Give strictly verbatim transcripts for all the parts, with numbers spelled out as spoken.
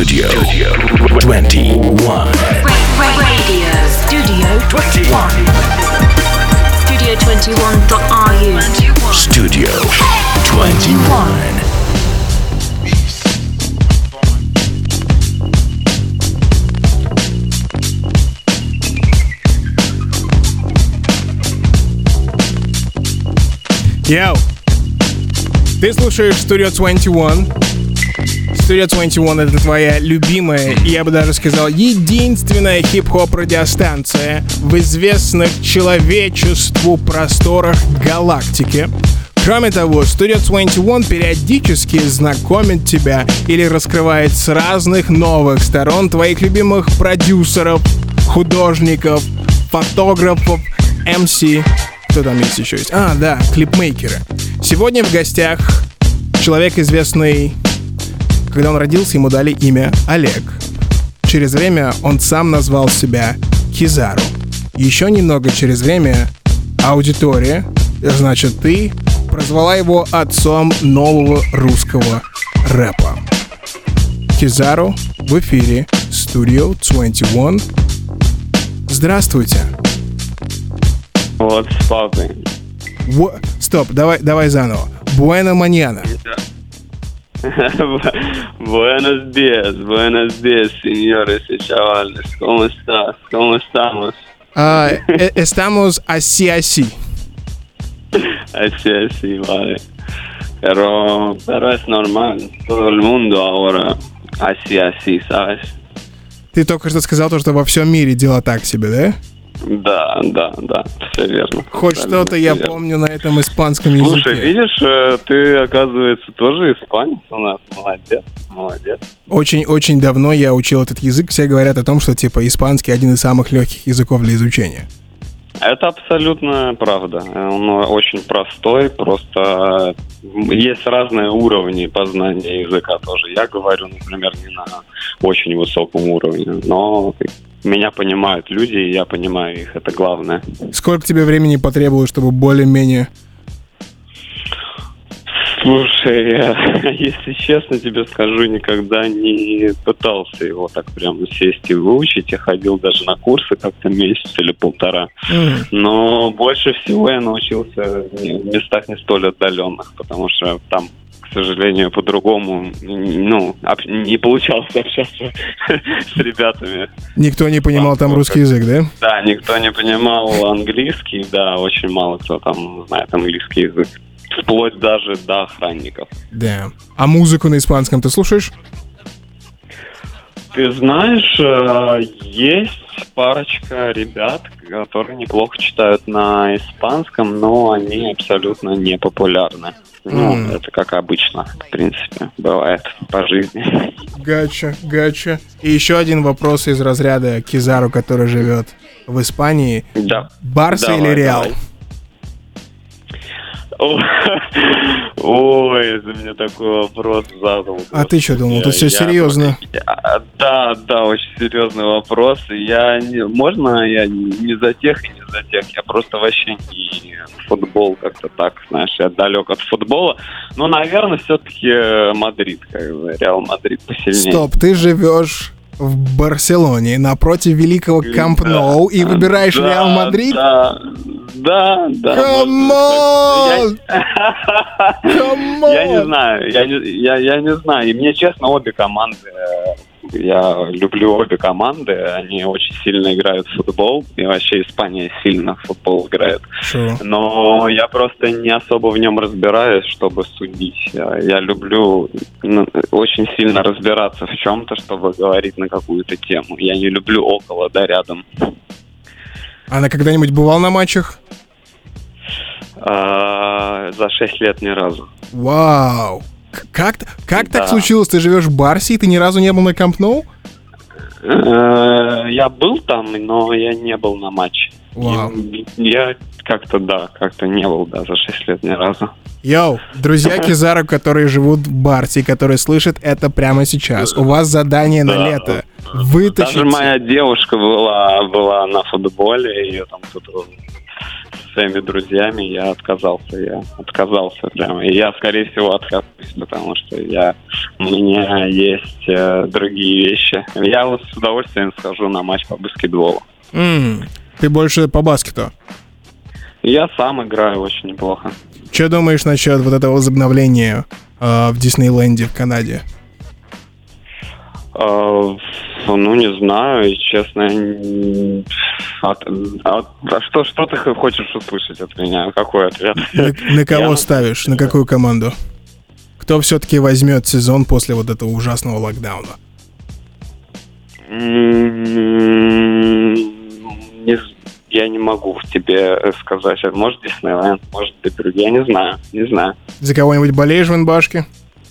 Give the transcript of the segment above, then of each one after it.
Studio twenty-one. Radio Studio twenty-one. studio twenty-one dot r u. Studio twenty-one. Йоу! Ты слушаешь Studio двадцать один. Studio двадцать один — это твоя любимая, и я бы даже сказал, единственная хип-хоп радиостанция в известных человечеству просторах галактики. Кроме того, Studio двадцать один периодически знакомит тебя или раскрывает с разных новых сторон твоих любимых продюсеров, художников, фотографов, эм си. Кто там есть еще есть? А, да, клипмейкеры. Сегодня в гостях человек известный. Когда он родился, ему дали имя Олег. Через время он сам назвал себя Кизару. Еще немного через время аудитория, значит ты, прозвала его отцом нового русского рэпа. Кизару в эфире Studio двадцать один. Здравствуйте. What's popping? Во... Стоп, давай, давай заново. Буэна маньяна. Buenos días, buenos días, señores y chavales. ¿Cómo estás? ¿Cómo estamos? Uh, estamos así, así. Así, así, vale. Pero, pero es normal. Todo el mundo ahora así, así, ¿sabes? Ты только что сказал то, что во всем мире дела так себе, да? Да, да, да, все верно. Хоть Абсолютно что-то я верно. помню на этом испанском языке. Слушай, видишь, э, ты, оказывается, тоже испанец у нас. Молодец, молодец. Очень-очень давно я учил этот язык. Все говорят о том, что типа испанский один из самых легких языков для изучения. Это абсолютно правда. Он очень простой, просто есть разные уровни познания языка тоже. Я говорю, например, не на очень высоком уровне, но меня понимают люди, и я понимаю их, это главное. Сколько тебе времени потребовалось, чтобы более-менее... Слушай, я, если честно тебе скажу, никогда не пытался его так прямо сесть и выучить. Я ходил даже на курсы как-то месяц или полтора. Mm. Но больше всего я научился в местах не столь отдаленных, потому что там, к сожалению, по-другому ну, не получалось общаться с ребятами. Никто не понимал там русский язык, да? Да, никто не понимал английский, да, очень мало кто там знает английский язык. Вплоть даже до охранников. Да. А музыку на испанском ты слушаешь? Ты знаешь, есть парочка ребят, которые неплохо читают на испанском, но они абсолютно не популярны. Ну, mm. это как обычно, в принципе, бывает по жизни. Гача, гача. И еще один вопрос из разряда Кизару, который живет в Испании. Да. Барса давай, или Реал? Давай. Ой, за меня такой вопрос задал. А ты что думал? Тут все я, серьезно. Я, да, да, очень серьезный вопрос. Я не, можно я не за тех и не за тех. Я просто вообще не футбол как-то так, знаешь, я далек от футбола. Но, наверное, все-таки Мадрид, как бы, Реал Мадрид посильнее. Стоп, ты живешь в Барселоне напротив великого Камп Ноу и выбираешь да, Реал Мадрид? Да, да, да. Come on! Come on! Я не знаю, я не, я, я не знаю. И мне, честно, обе команды, я люблю обе команды, они очень сильно играют в футбол, и вообще Испания сильно в футбол играет. Sure. Но я просто не особо в нем разбираюсь, чтобы судить. Я, я люблю ну, очень сильно разбираться в чем-то, чтобы говорить на какую-то тему. Я не люблю около, да, рядом. Она когда-нибудь бывал на матчах? А, за шесть лет ни разу. Вау! Как, как да. так случилось? Ты живешь в Барсе, и ты ни разу не был на Камп Ноу? Я был там, но я не был на матче. Вау. Я как-то, да, как-то не был, да, за шесть лет ни разу. Йоу, друзья Кизару, которые живут в Барсе, которые слышат это прямо сейчас. У вас задание на лето. Вытащите... Даже моя девушка была, была на футболе, ее там кто-то со своими друзьями я отказался. Я отказался прямо. И я, скорее всего, откажусь, потому что я, у меня есть э, другие вещи. Я вот с удовольствием схожу на матч по баскетболу. Mm, ты больше по баскету? Я сам играю очень неплохо. Что думаешь насчет вот этого возобновления э, в Диснейленде в Канаде? Uh, ну, не знаю, и честно, от, от, а что, что ты хочешь услышать от меня? Какой ответ? На, на кого Я... ставишь? На какую команду? Кто все-таки возьмет сезон после вот этого ужасного локдауна? Не, я не могу тебе сказать. Может, Диснейленд, может быть, другие. Я не знаю, не знаю. За кого-нибудь болеешь в эн би эй-шке?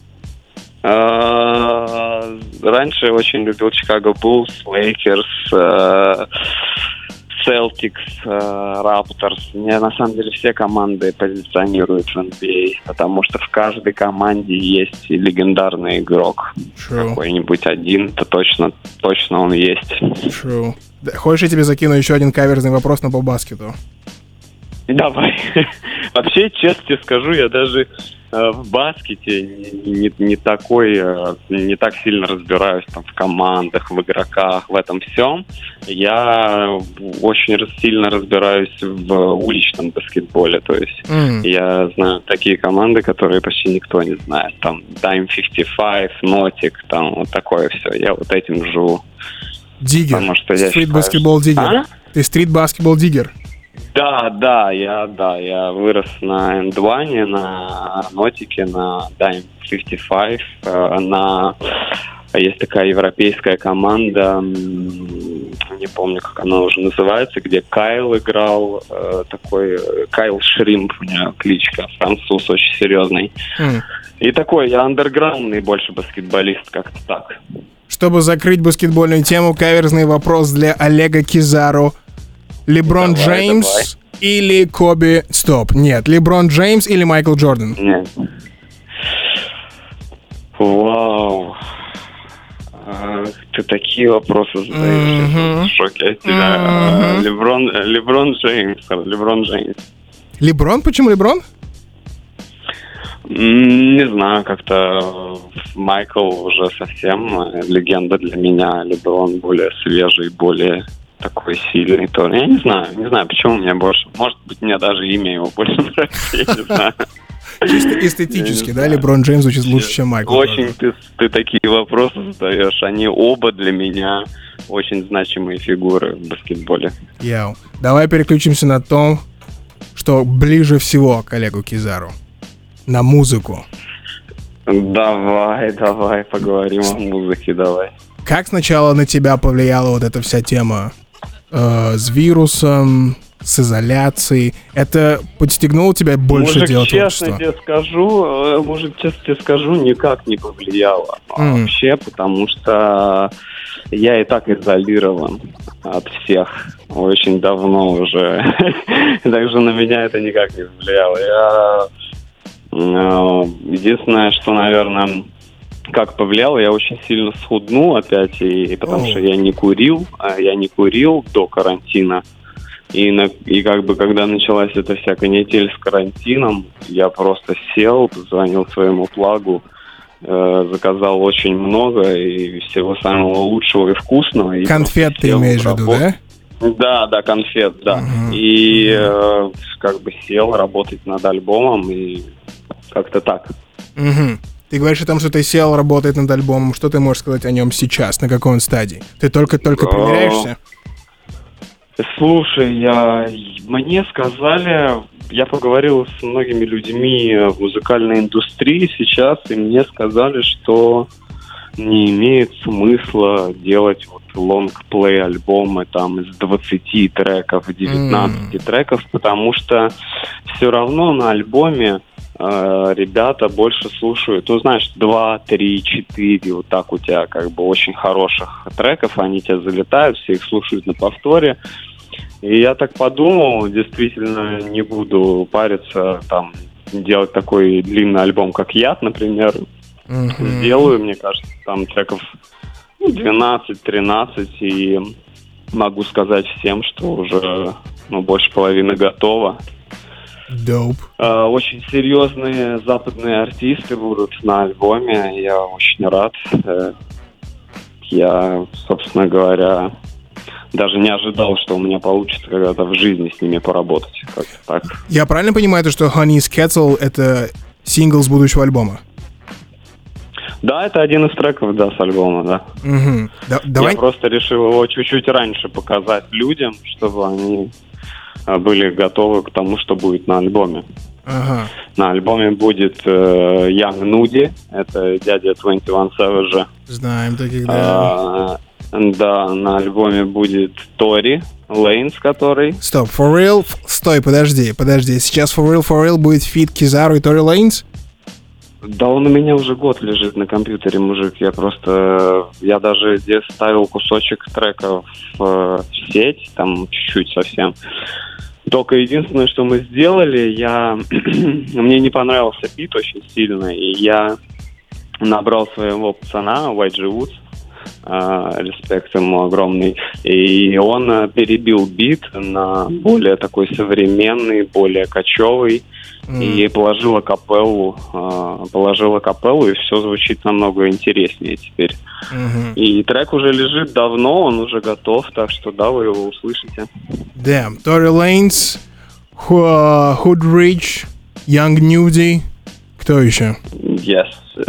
Uh, раньше очень любил Chicago Bulls, Lakers, uh, Celtics, uh, Raptors. Мне на самом деле все команды позиционируют в эн би эй, потому что в каждой команде есть легендарный игрок. True. Какой-нибудь один, то точно, точно он есть. True. Хочешь, я тебе закину еще один каверзный вопрос на полбаскету? Давай. Вообще, честно тебе скажу, я даже э, в баскете не, не, не такой, э, не так сильно разбираюсь там в командах, в игроках, в этом всем. Я очень сильно разбираюсь в уличном баскетболе. То есть mm. я знаю такие команды, которые почти никто не знает. Там Dime пятьдесят пять, Nautic, там вот такое все. Я вот этим живу. Диггер. Стрит-баскетбол диггер. А? Ты стрит-баскетбол диггер. Да, да, я, да, я вырос на энд один, на Нотике, на Dime пятьдесят пять, на... Есть такая европейская команда, не помню, как она уже называется, где Кайл играл, такой Кайл Шримп, у него кличка, француз очень серьезный. Mm. И такой, я андерграундный больше баскетболист, как-то так. Чтобы закрыть баскетбольную тему, каверзный вопрос для Олега Кизару. Леброн давай, Джеймс давай. Или Коби... Стоп, нет. Леброн Джеймс или Майкл Джордан? Нет. Вау. А, ты такие вопросы задаешь. Mm-hmm. Я в шоке от тебя. Mm-hmm. Леброн, Леброн Джеймс. Леброн Джеймс. Леброн? Почему Леброн? Не знаю, как-то Майкл уже совсем легенда для меня. Леброн более свежий, более... такой сильный тоже. Я не знаю, не знаю, почему мне больше. Может быть, мне даже имя его больше нравится, я не знаю. Чисто эстетически, да, Леброн Джеймс звучит лучше, чем Майкл. Очень ты, ты такие вопросы задаешь. Они оба для меня очень значимые фигуры в баскетболе. Яу. Давай переключимся на то, что ближе всего к Олегу Кизару. На музыку. Давай, давай, поговорим о музыке, давай. Как сначала на тебя повлияла вот эта вся тема э, с вирусом, с изоляцией? Это подстегнуло тебя больше мужик, делать честно творчество? Тебе скажу, мужик, честно тебе скажу, никак не повлияло. Mm. Вообще, потому что я и так изолирован от всех очень давно уже. Также на меня это никак не повлияло. Я... Единственное, что, наверное... Как повлияло, я очень сильно схуднул опять, и, и потому oh. что я не курил, а я не курил до карантина. И, на, и как бы когда началась эта вся канитель с карантином, я просто сел, позвонил своему плагу, э, заказал очень много и всего самого лучшего и вкусного. И конфет ты имеешь в виду, да? Да, да, конфет, да. Uh-huh. И э, как бы сел работать над альбомом, и как-то так. Uh-huh. Ты говоришь о том, что ты сел работать над альбомом. Что ты можешь сказать о нем сейчас? На какой он стадии? Ты только-только примеряешься? Слушай, я... мне сказали... Я поговорил с многими людьми в музыкальной индустрии сейчас, и мне сказали, что не имеет смысла делать вот лонгплей альбомы там из двадцати треков, девятнадцати mm. треков, потому что все равно на альбоме ребята больше слушают, ну, знаешь, два, три, четыре, вот так у тебя как бы очень хороших треков, они тебя залетают, все их слушают на повторе. И я так подумал, действительно не буду париться, там, делать такой длинный альбом, как «Яд», например. Mm-hmm. Сделаю, мне кажется, там треков двенадцать-тринадцать, и могу сказать всем, что уже ну, больше половины готово. Dope. Э, очень серьезные западные артисты будут на альбоме. Я очень рад. Э, я, собственно говоря, даже не ожидал, что у меня получится когда-то в жизни с ними поработать. Как-то так. Я правильно понимаю, то, что Honey's Kettle — это сингл с будущего альбома? Да, это один из треков, да, с альбома, да. Угу. Да, давай... Я просто решил его чуть-чуть раньше показать людям, чтобы они были готовы к тому, что будет на альбоме. Ага. На альбоме будет э, Young Nudy, это дядя двадцать один Savage. Знаем таких, да. А, да, на альбоме будет Тори Лейнс, который... Стоп, For Real? Стой, подожди, подожди. Сейчас For Real, For Real будет фит Кизару и Тори Лейнс? Да он у меня уже год лежит на компьютере, мужик. Я просто... Я даже здесь ставил кусочек трека в, в сеть, там чуть-чуть совсем. Только единственное, что мы сделали, я... мне не понравился бит очень сильно, и я набрал своего пацана, уай джи Woods, Uh, респект ему огромный. И он uh, перебил бит на более такой современный, более кочевый. Mm. И положил акапеллу, uh, положил акапеллу, и все звучит намного интереснее теперь. Mm-hmm. И трек уже лежит давно, он уже готов, так что да, вы его услышите. Damn. Тори Лейнс, Hood Rich, Young Nudy. Кто еще? Yes.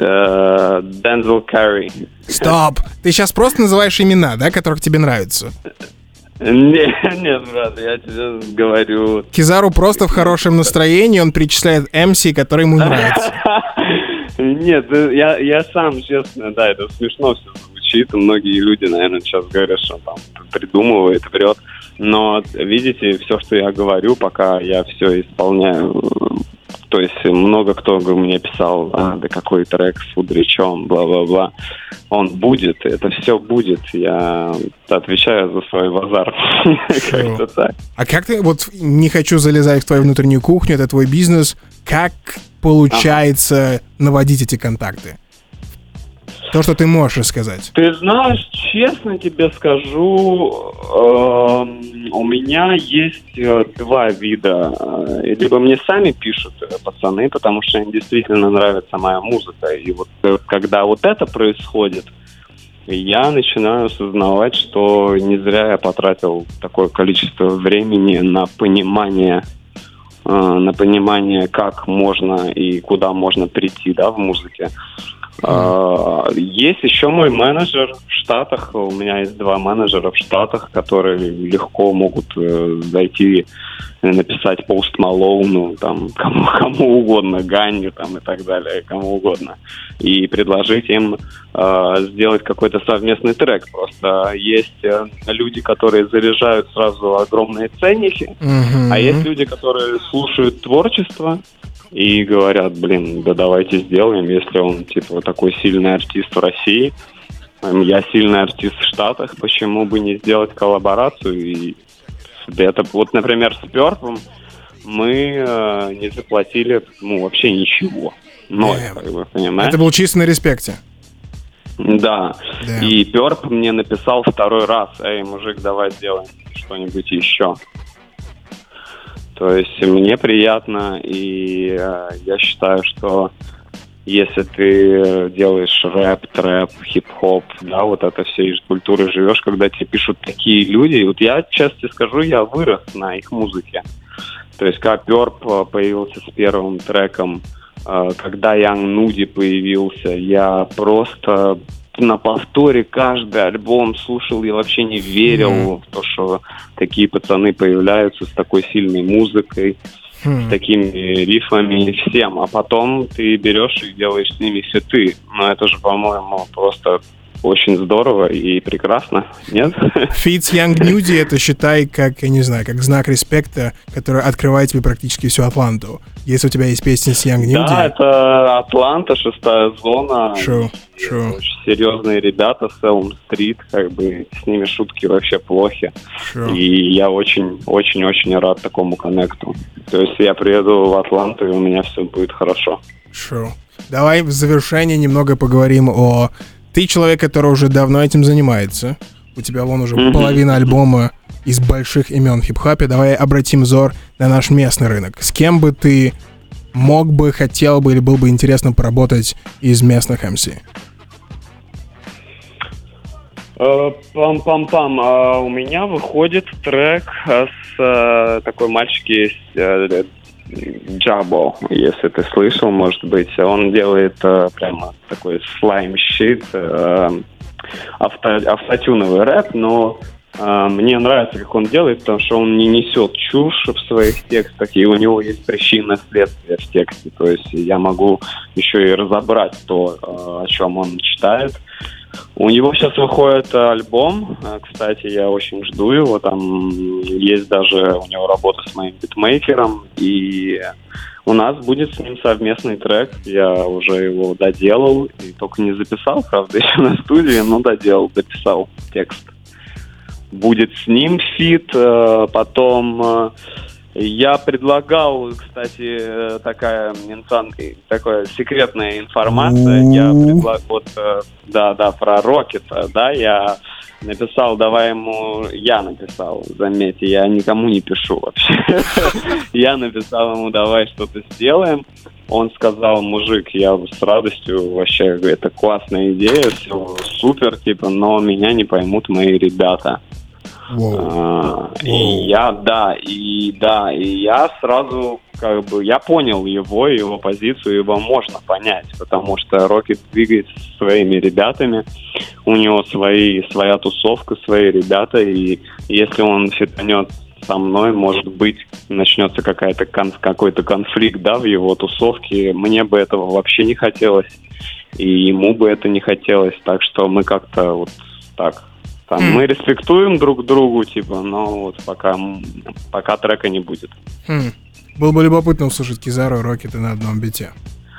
Uh, Denzel Curry. Стоп! Ты сейчас просто называешь имена, да, которых тебе нравятся? Нет, нет, брат, я тебе говорю. Кизару просто в хорошем настроении, он перечисляет эм си, который ему нравится. Нет, я, я сам, честно, да, это смешно все звучит. Многие люди, наверное, сейчас говорят, что там придумывает, врет. Но, видите, все, что я говорю, пока я все исполняю. То есть много кто мне писал, а, да какой трек с Фудричом, бла-бла-бла. Он будет, это все будет. Я отвечаю за свой базар. Как-то так. А как ты, вот не хочу залезать в твою внутреннюю кухню, это твой бизнес, как получается наводить эти контакты? То, что ты можешь рассказать. Ты знаешь, честно тебе скажу, э, у меня есть э, два вида. Либо мне сами пишут э, пацаны, потому что им действительно нравится моя музыка. И вот э, когда вот это происходит, я начинаю осознавать, что не зря я потратил такое количество времени на понимание, э, на понимание, как можно и куда можно прийти, да, в музыке. Uh, есть еще мой менеджер в Штатах. У меня есть два менеджера в Штатах, которые легко могут э, зайти, написать Пост Малоуну, там, кому, кому угодно, Ганни там, и так далее, кому угодно, и предложить им э, сделать какой-то совместный трек. Просто есть э, люди, которые заряжают сразу огромные ценники, mm-hmm. а есть люди, которые слушают творчество и говорят, блин, да давайте сделаем, если он, типа, такой сильный артист в России, я сильный артист в Штатах, почему бы не сделать коллаборацию? И это, вот, например, с Пёрпом мы э, не заплатили, ну, вообще ничего. Ноль, как вы понимаете. Это был чисто на респекте. Да. Damn. И Пёрп мне написал второй раз, эй, мужик, давай сделаем что-нибудь еще. То есть мне приятно, и э, я считаю, что если ты делаешь рэп, трэп, хип-хоп, да, вот это всей культуры живешь, когда тебе пишут такие люди, вот я, честно скажу, я вырос на их музыке. То есть, как Пёрп появился с первым треком, э, когда Young Nudy появился, я просто на повторе каждый альбом слушал, я вообще не верил mm. в то, что такие пацаны появляются с такой сильной музыкой, mm. с такими рифами и всем. А потом ты берешь и делаешь с ними фиты. Но это же, по-моему, просто очень здорово и прекрасно, нет? Фит с Young Nudy — это, считай, как, я не знаю, как знак респекта, который открывает тебе практически всю Атланту. Если у тебя есть песни с Young Nudy... Да, это Атланта, шестая зона. True, true. Очень серьезные ребята с Elm Street, как бы с ними шутки вообще плохи. True. И я очень-очень-очень рад такому коннекту. То есть я приеду в Атланту, и у меня все будет хорошо. True. Давай в завершение немного поговорим о... Ты человек, который уже давно этим занимается. У тебя вон уже mm-hmm. половина альбома из больших имен в хип-хопе. Давай обратим взор на наш местный рынок. С кем бы ты мог бы, хотел бы или был бы интересно поработать из местных эм си? Пам-пам-пам. Uh, у меня выходит трек с uh, такой мальчик есть uh, Джабо, если ты слышал, может быть. Он делает uh, прямо такой слайм-щит, uh, авто, автотюновый рэп, но uh, мне нравится, как он делает, потому что он не несет чушь в своих текстах, и у него есть причинное следствие в тексте. То есть я могу еще и разобрать то, uh, о чем он читает. У него сейчас выходит альбом, кстати, я очень жду его, там есть даже у него работа с моим битмейкером, и у нас будет с ним совместный трек, я уже его доделал, и только не записал, правда, еще на студии, но доделал, дописал текст. Будет с ним фит, потом... Я предлагал, кстати, такая, такая секретная информация. Я предлагал, вот, да, да, про Рокета, да, я написал, давай ему, я написал, заметьте, я никому не пишу вообще. Я написал ему, давай что-то сделаем. Он сказал, мужик, я с радостью, вообще, это классная идея, все супер, типа, но меня не поймут мои ребята. Wow. А, и wow. я, да, и да, и я сразу, как бы, я понял его, его позицию, его можно понять, потому что Рокет двигается со своими ребятами, у него свои, своя тусовка, свои ребята, и если он фитанет со мной, может быть, начнется какая-то кон- какой-то конфликт, да, в его тусовке, мне бы этого вообще не хотелось, и ему бы это не хотелось, так что мы как-то вот так... Там, mm. Мы респектуем друг другу, типа, но вот пока, пока трека не будет. Mm. Было бы любопытно услышать Кизару и Рокета на одном бите.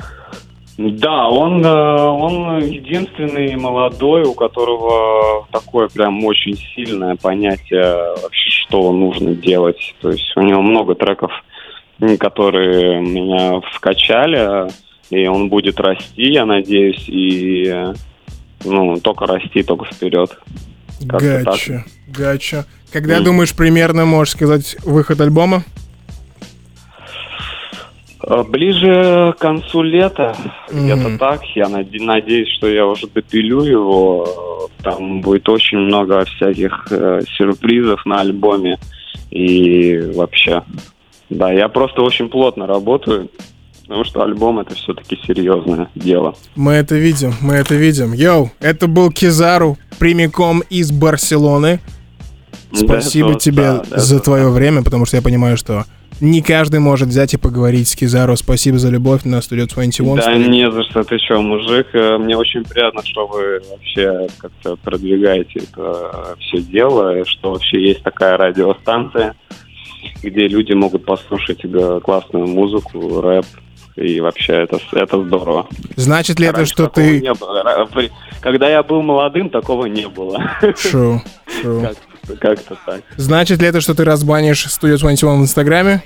Да, он, он единственный молодой, у которого такое прям очень сильное понятие вообще, что нужно делать. То есть у него много треков, которые меня вкачали, и он будет расти, я надеюсь, и ну, только расти, только вперед. Гача, гача. Когда, mm. думаешь, примерно, можешь сказать, выход альбома? Ближе к концу лета, mm. где-то так. Я наде- надеюсь, что я уже допилю его. Там будет очень много всяких э, сюрпризов на альбоме. И вообще, да, я просто очень плотно работаю. Потому что альбом — это все-таки серьезное дело. Мы это видим, мы это видим. Йоу, это был Кизару прямиком из Барселоны. Спасибо да, тебе да, за да, твое да. время, потому что я понимаю, что не каждый может взять и поговорить с Кизару. Спасибо за любовь на Studio двадцать один. Да не за что, ты что, мужик. Мне очень приятно, что вы вообще как-то продвигаете это все дело, что вообще есть такая радиостанция, где люди могут послушать классную музыку, рэп. И вообще это, это здорово. Значит ли это, что ты... Не было. Когда я был молодым, такого не было. True, true. Как-то, как-то так. Значит ли это, что ты разбанишь Studio двадцать один в Инстаграме?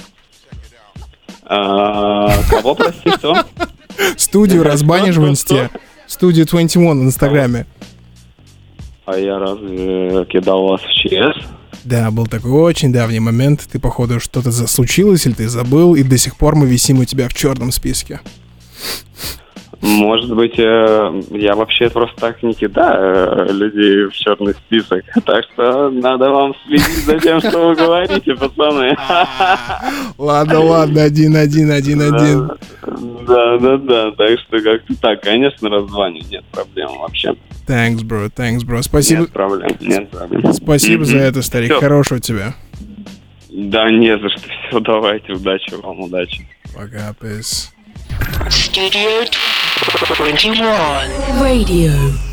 А, кого, прости, что? Студию разбанишь в Инсте. Studio двадцать один в Инстаграме. А я разве кидал вас в ЧС? Да, был такой очень давний момент. Ты, походу, что-то случилось, или ты забыл, и до сих пор мы висим у тебя в черном списке. Может быть, я вообще просто так не кидаю людей в черный список. Так что надо вам следить за тем, что вы говорите, пацаны. Ладно, ладно, один-один, один-один. Да, да, да. Так что как-то так, конечно, раззвоню. Нет проблем вообще. Thanks, bro, thanks, bro. Спасибо. Нет проблем, нет проблем. Спасибо за это, старик. Все. Хорошего тебя. Да не за что. Все, давайте, удачи вам, удачи. Пока, peace. Studio двадцать один Radio.